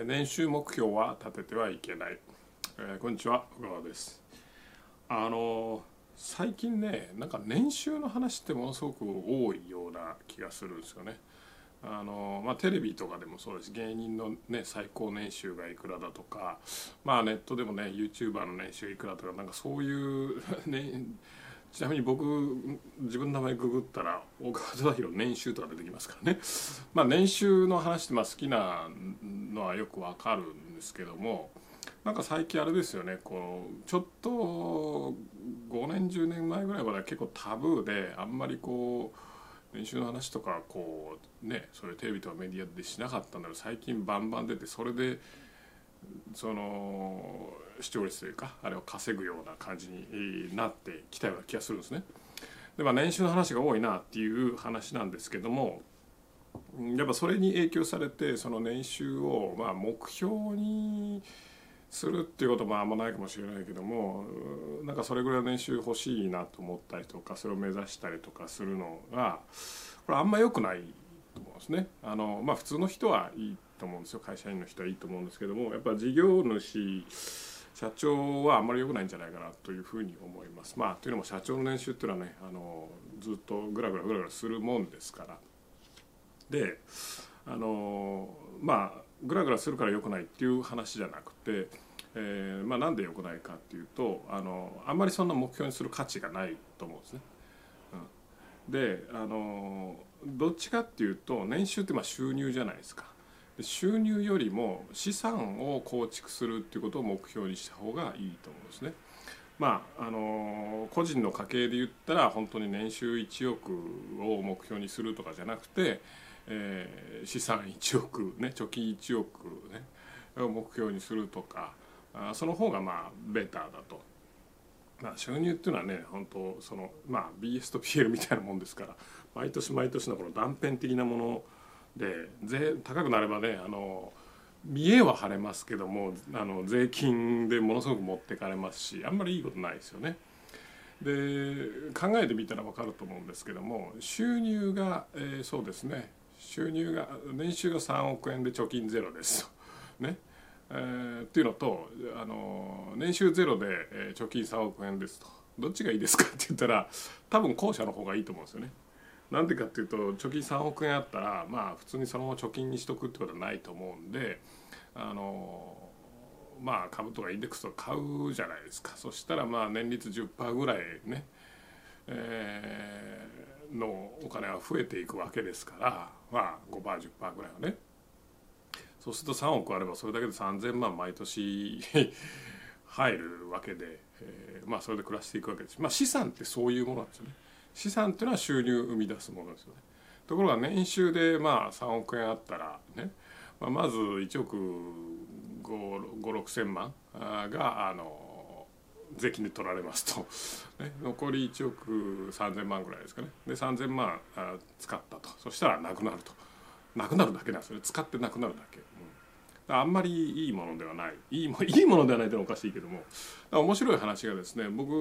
年収目標は立ててはいけない。こんにちは、小川です。最近ね、なんか年収の話ってものすごく多いような気がするんですよね。テレビとかでもそうです。芸人のね、最高年収がいくらだとか、ネットでもね、YouTuber の年収いくらとか、なんかそういうね、ちなみに僕、自分の名前ググったら大川忠宏年収とか出てきますからね。年収の話って好きなのはよくわかるんですけども、なんか最近あれですよね、ちょっと5年10年前ぐらいまでは結構タブーで、あんまり年収の話とかそういうテレビとかメディアでしなかったんだけど、最近バンバン出て、それでその視聴率というかあれを稼ぐような感じになってきたような気がするんですね。で、年収の話が多いなっていう話なんですけども、やっぱそれに影響されて、その年収を目標にするっていうこともあんまないかもしれないけども、なんかそれぐらいの年収欲しいなと思ったりとか、それを目指したりとかするのがこれあんま良くないと思うんですね。普通の人はいいと思うんですよ。会社員の人はいいと思うんですけども、やっぱ事業主社長はあんまり良くないんじゃないかなというふうに思います。というのも社長の年収っていうのはね、ずっとグラグラするもんですから。で、グラグラするから良くないっていう話じゃなくて、なんで良くないかっていうと、あんまりそんな目標にする価値がないと思うんですね。で、どっちかっていうと、年収って収入じゃないですか。で、収入よりも資産を構築するっていうことを目標にした方がいいと思うんですね。個人の家計で言ったら本当に年収1億を目標にするとかじゃなくて、資産1億ね、貯金1億ねを目標にするとか、その方がベターだと。収入っていうのはね、本当BS と PL みたいなもんですから、毎年毎年のこの断片的なもので、高くなればね、見栄は晴れますけども、税金でものすごく持ってかれますし、あんまりいいことないですよね。で、考えてみたら分かると思うんですけども、収入が、そうですね、年収が3億円で貯金ゼロですとね、っていうのと、年収ゼロで、貯金3億円ですと、どっちがいいですかって言ったら、多分後者の方がいいと思うんですよね。なんでかっていうと、貯金3億円あったら普通にそのまま貯金にしとくってことはないと思うんで、株とかインデックスとか買うじゃないですか。そしたら年率 10% ぐらいね、のお金は増えていくわけですから、5%10% ぐらいはね。そうすると3億あればそれだけで3000万毎年入るわけで、それで暮らしていくわけです。資産ってそういうものなんですよね。資産っていうのは収入を生み出すものですよね。ところが年収で3億円あったらね、まず1億5、6千万が税金で取られますと、ね、残り1億3000万ぐらいですかね。で3000万使ったと。そしたらなくなると。なくなるだけなんですよね。使ってなくなるだけ。あんまりいいものではない。いいものではないというのはおかしいけども、面白い話がですね、僕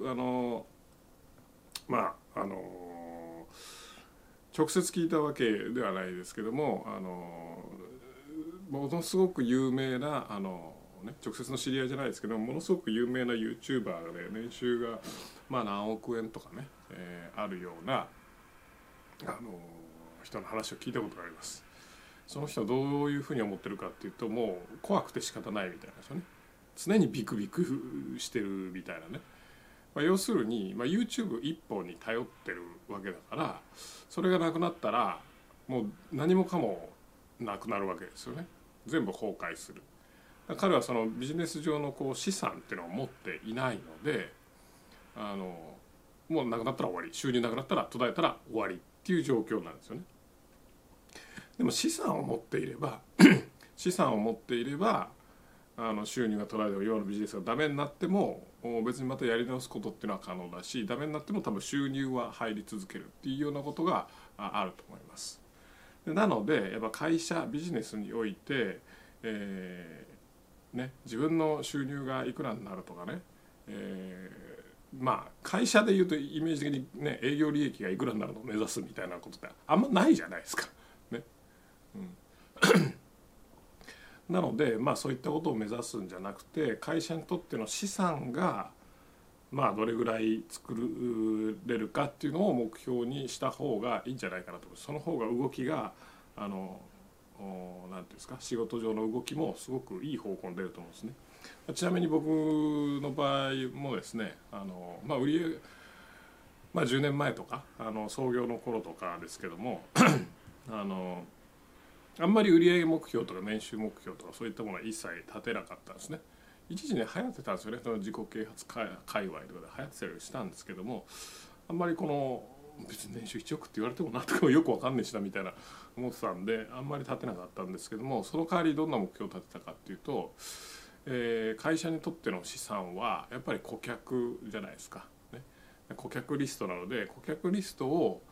直接聞いたわけではないですけども、ものすごく有名な直接の知り合いじゃないですけども、ものすごく有名な YouTuber で年収が何億円とかね、あるような人の話を聞いたことがあります。その人はどういうふうに思ってるかっていうと、もう怖くて仕方ないみたいなんですよね。常にビクビクしてるみたいなね。要するに、YouTube 一本に頼ってるわけだから、それがなくなったらもう何もかもなくなるわけですよね。全部崩壊する。彼はそのビジネス上の資産っていうのを持っていないので、もうなくなったら終わり、収入なくなったら途絶えたら終わりっていう状況なんですよね。でも資産を持っていれば収入が途絶えても今のビジネスがダメになっても別にまたやり直すことっていうのは可能だし、ダメになっても多分収入は入り続けるっていうようなことがあると思います。なのでやっぱ会社ビジネスにおいて、自分の収入がいくらになるとかね、会社でいうとイメージ的にね、営業利益がいくらになるのを目指すみたいなことってあんまないじゃないですかね。 なのでそういったことを目指すんじゃなくて、会社にとっての資産がどれぐらい作れるかっていうのを目標にした方がいいんじゃないかなと思います。その方が動きがなんていうんですか、仕事上の動きもすごくいい方向に出ると思うんですね。ちなみに僕の場合もですね、売上10年前とか創業の頃とかですけどもあんまり売上目標とか年収目標とかそういったものは一切立てなかったんですね。一時ね流行ってたんですよね、その自己啓発界隈とかで流行ってたりしたんですけども、あんまり別に年収1億って言われてもなとかよくわかんねえしなみたいな思ってたんで、あんまり立てなかったんですけども、その代わりどんな目標を立てたかっていうと、会社にとっての資産はやっぱり顧客じゃないですか、ね、顧客リストなので、顧客リストを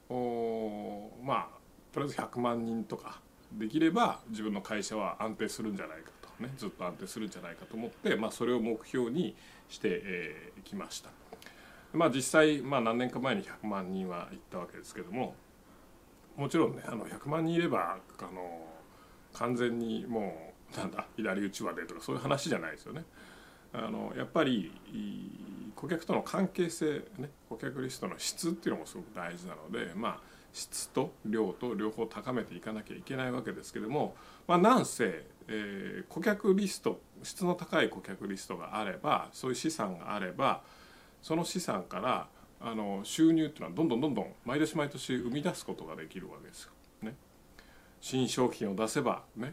とりあえず100万人とかできれば自分の会社は安定するんじゃないかとね、ずっと安定するんじゃないかと思って、それを目標にしてきました。実際何年か前に100万人は行ったわけですけども、もちろんね100万人いれば完全にもう左打ちまでとかそういう話じゃないですよね。やっぱり顧客との関係性ね、顧客リストの質っていうのもすごく大事なので、質と量と両方高めていかなきゃいけないわけですけども、なんせ、顧客リスト、質の高い顧客リストがあれば、そういう資産があれば、その資産から収入っていうのはどんどん毎年毎年生み出すことができるわけですよ、ね。新商品を出せばね、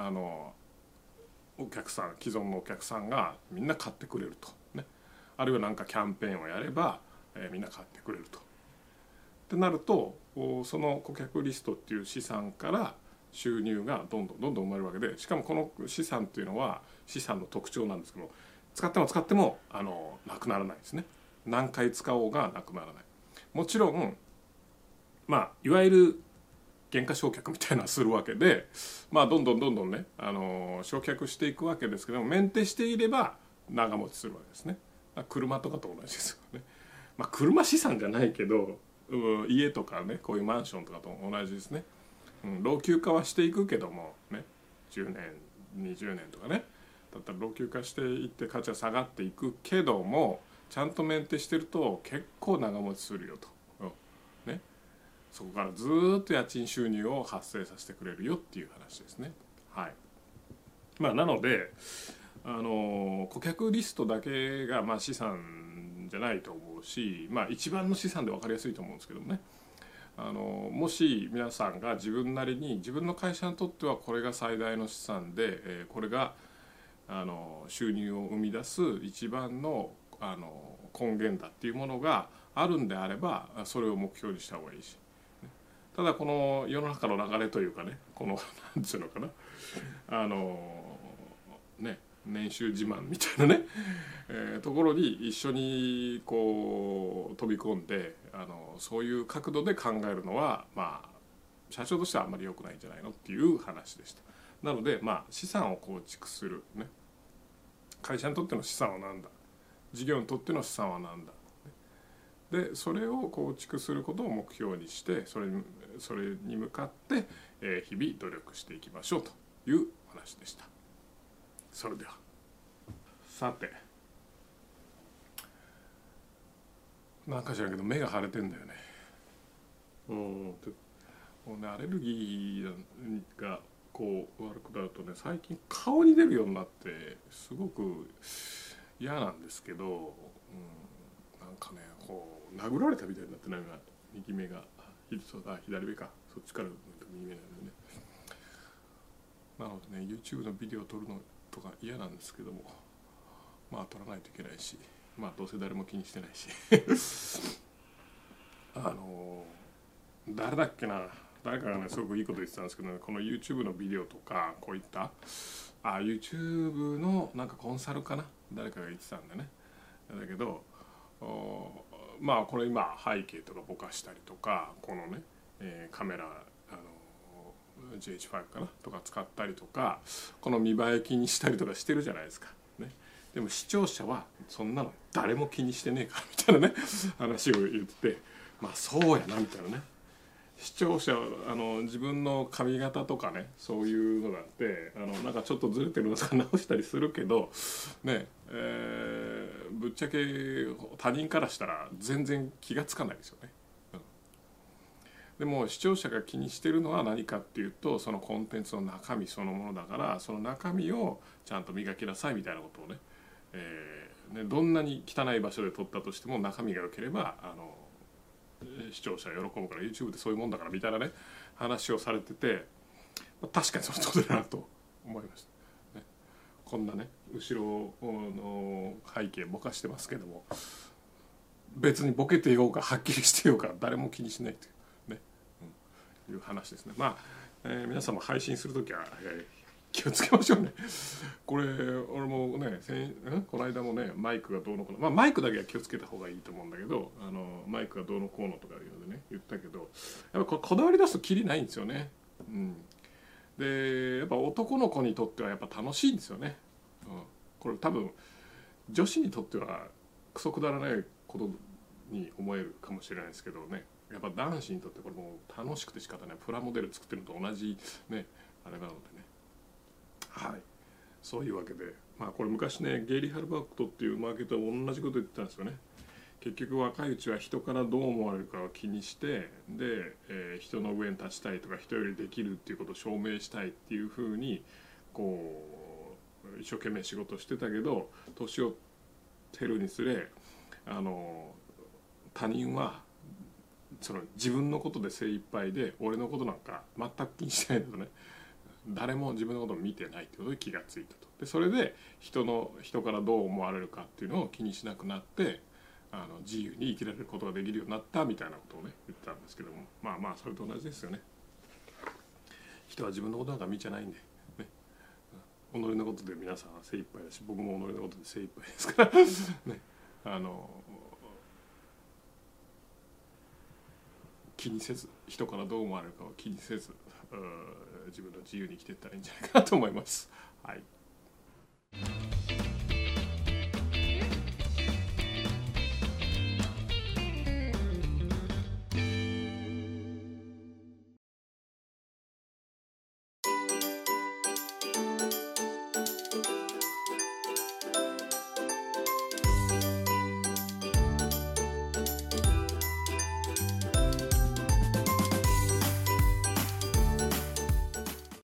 お客さん、既存のお客さんがみんな買ってくれると、ね、あるいはキャンペーンをやれば、みんな買ってくれるとってなると、その顧客リストっていう資産から収入がどんどん生まれるわけで、しかもこの資産っていうのは資産の特徴なんですけども、使ってもなくならないですね。何回使おうがなくならない。もちろんいわゆる減価償却みたいなのはするわけで、どんどんね償却していくわけですけども、メンテしていれば長持ちするわけですね。車とかと同じですよね。車資産じゃないけど、家とかね、こういうマンションとかと同じですね。老朽化はしていくけどもね、10年20年とかねだったら老朽化していって価値は下がっていくけども、ちゃんとメンテしてると結構長持ちするよと、ね、そこからずっと家賃収入を発生させてくれるよっていう話ですね。はい。なので顧客リストだけが資産じゃないと思うし、一番の資産で分かりやすいと思うんですけどもね、もし皆さんが自分なりに自分の会社にとってはこれが最大の資産で、これが収入を生み出す一番の根源だっていうものがあるんであれば、それを目標にした方がいいし、ただこの世の中の流れというかね、この何ていうのかな年収自慢みたいなね、ところに一緒に飛び込んでそういう角度で考えるのは社長としてはあんまり良くないんじゃないのっていう話でした。なので資産を構築するね、会社にとっての資産は何だ、事業にとっての資産は何だで、それを構築することを目標にして、それに向かって日々努力していきましょうという話でした。それではさて、なんか知らんけど目が腫れてんだよね。もうね、アレルギーが悪くなるとね、最近顔に出るようになってすごく嫌なんですけど、殴られたみたいになってないが、右目が左目か、そっちから右目なんでね。なのでね、 YouTube のビデオを撮るのとか嫌なんですけども、撮らないといけないし、どうせ誰も気にしてないし誰だっけな、誰かがねすごくいいこと言ってたんですけど、ね、この YouTube のビデオとかこういったYouTube のコンサルかな、誰かが言ってたんでね、だけどこれ今背景とかぼかしたりとか、このね、カメラGH5 かなとか使ったりとか、この見栄え気にしたりとかしてるじゃないですか、ね、でも視聴者はそんなの誰も気にしてねえからみたいなね話を言ってて、そうやなみたいなね、 視聴者自分の髪型とかね、そういうのがあってなんかちょっとずれてるのとか直したりするけどね、ぶっちゃけ他人からしたら全然気がつかないですよね。でも視聴者が気にしてるのは何かっていうと、そのコンテンツの中身そのものだから、その中身をちゃんと磨きなさいみたいなことをね、どんなに汚い場所で撮ったとしても中身が良ければ視聴者は喜ぶから、 YouTube ってそういうもんだからみたいなね話をされてて、確かにその通りだなと思いました、ね、こんなね後ろの背景ぼかしてますけども、別にボケてようがはっきりしてようが誰も気にしないというね、いう話ですね。まあ、皆さんも配信するときは、気をつけましょうね。これ俺もねこの間もねマイクがどうのこうの、まあマイクだけは気をつけた方がいいと思うんだけど、マイクがどうのこうのとかいうのでね言ったけど、やっぱこだわり出すとキリないんですよね。でやっぱ男の子にとってはやっぱ楽しいんですよね。これ多分女子にとってはクソくだらないことに思えるかもしれないですけどね、やっぱ男子にとってこれもう楽しくて仕方ない、プラモデル作ってるのと同じねあれなのでね。はい、そういうわけで、まあこれ昔ねゲイリー・ハルバートっていうマーケターは同じこと言ってたんですよね。結局若いうちは人からどう思われるかを気にして、で、人の上に立ちたいとか人よりできるっていうことを証明したいっていうふうにこう一生懸命仕事してたけど、年を取るにつれ他人はその自分のことで精一杯で俺のことなんか全く気にしないんだとね、誰も自分のことを見てないってことで気がついたと。でそれで人からどう思われるかっていうのを気にしなくなって、自由に生きられることができるようになったみたいなことをね言ったんですけども、まあまあそれと同じですよね。人は自分のことなんか見ちゃないんで、ね、己のことで皆さん精一杯だし、僕も己のことで精一杯ですからね、気にせず、人からどう思われるかを気にせず、自分の自由に生きていったらいいんじゃないかなと思います。はい。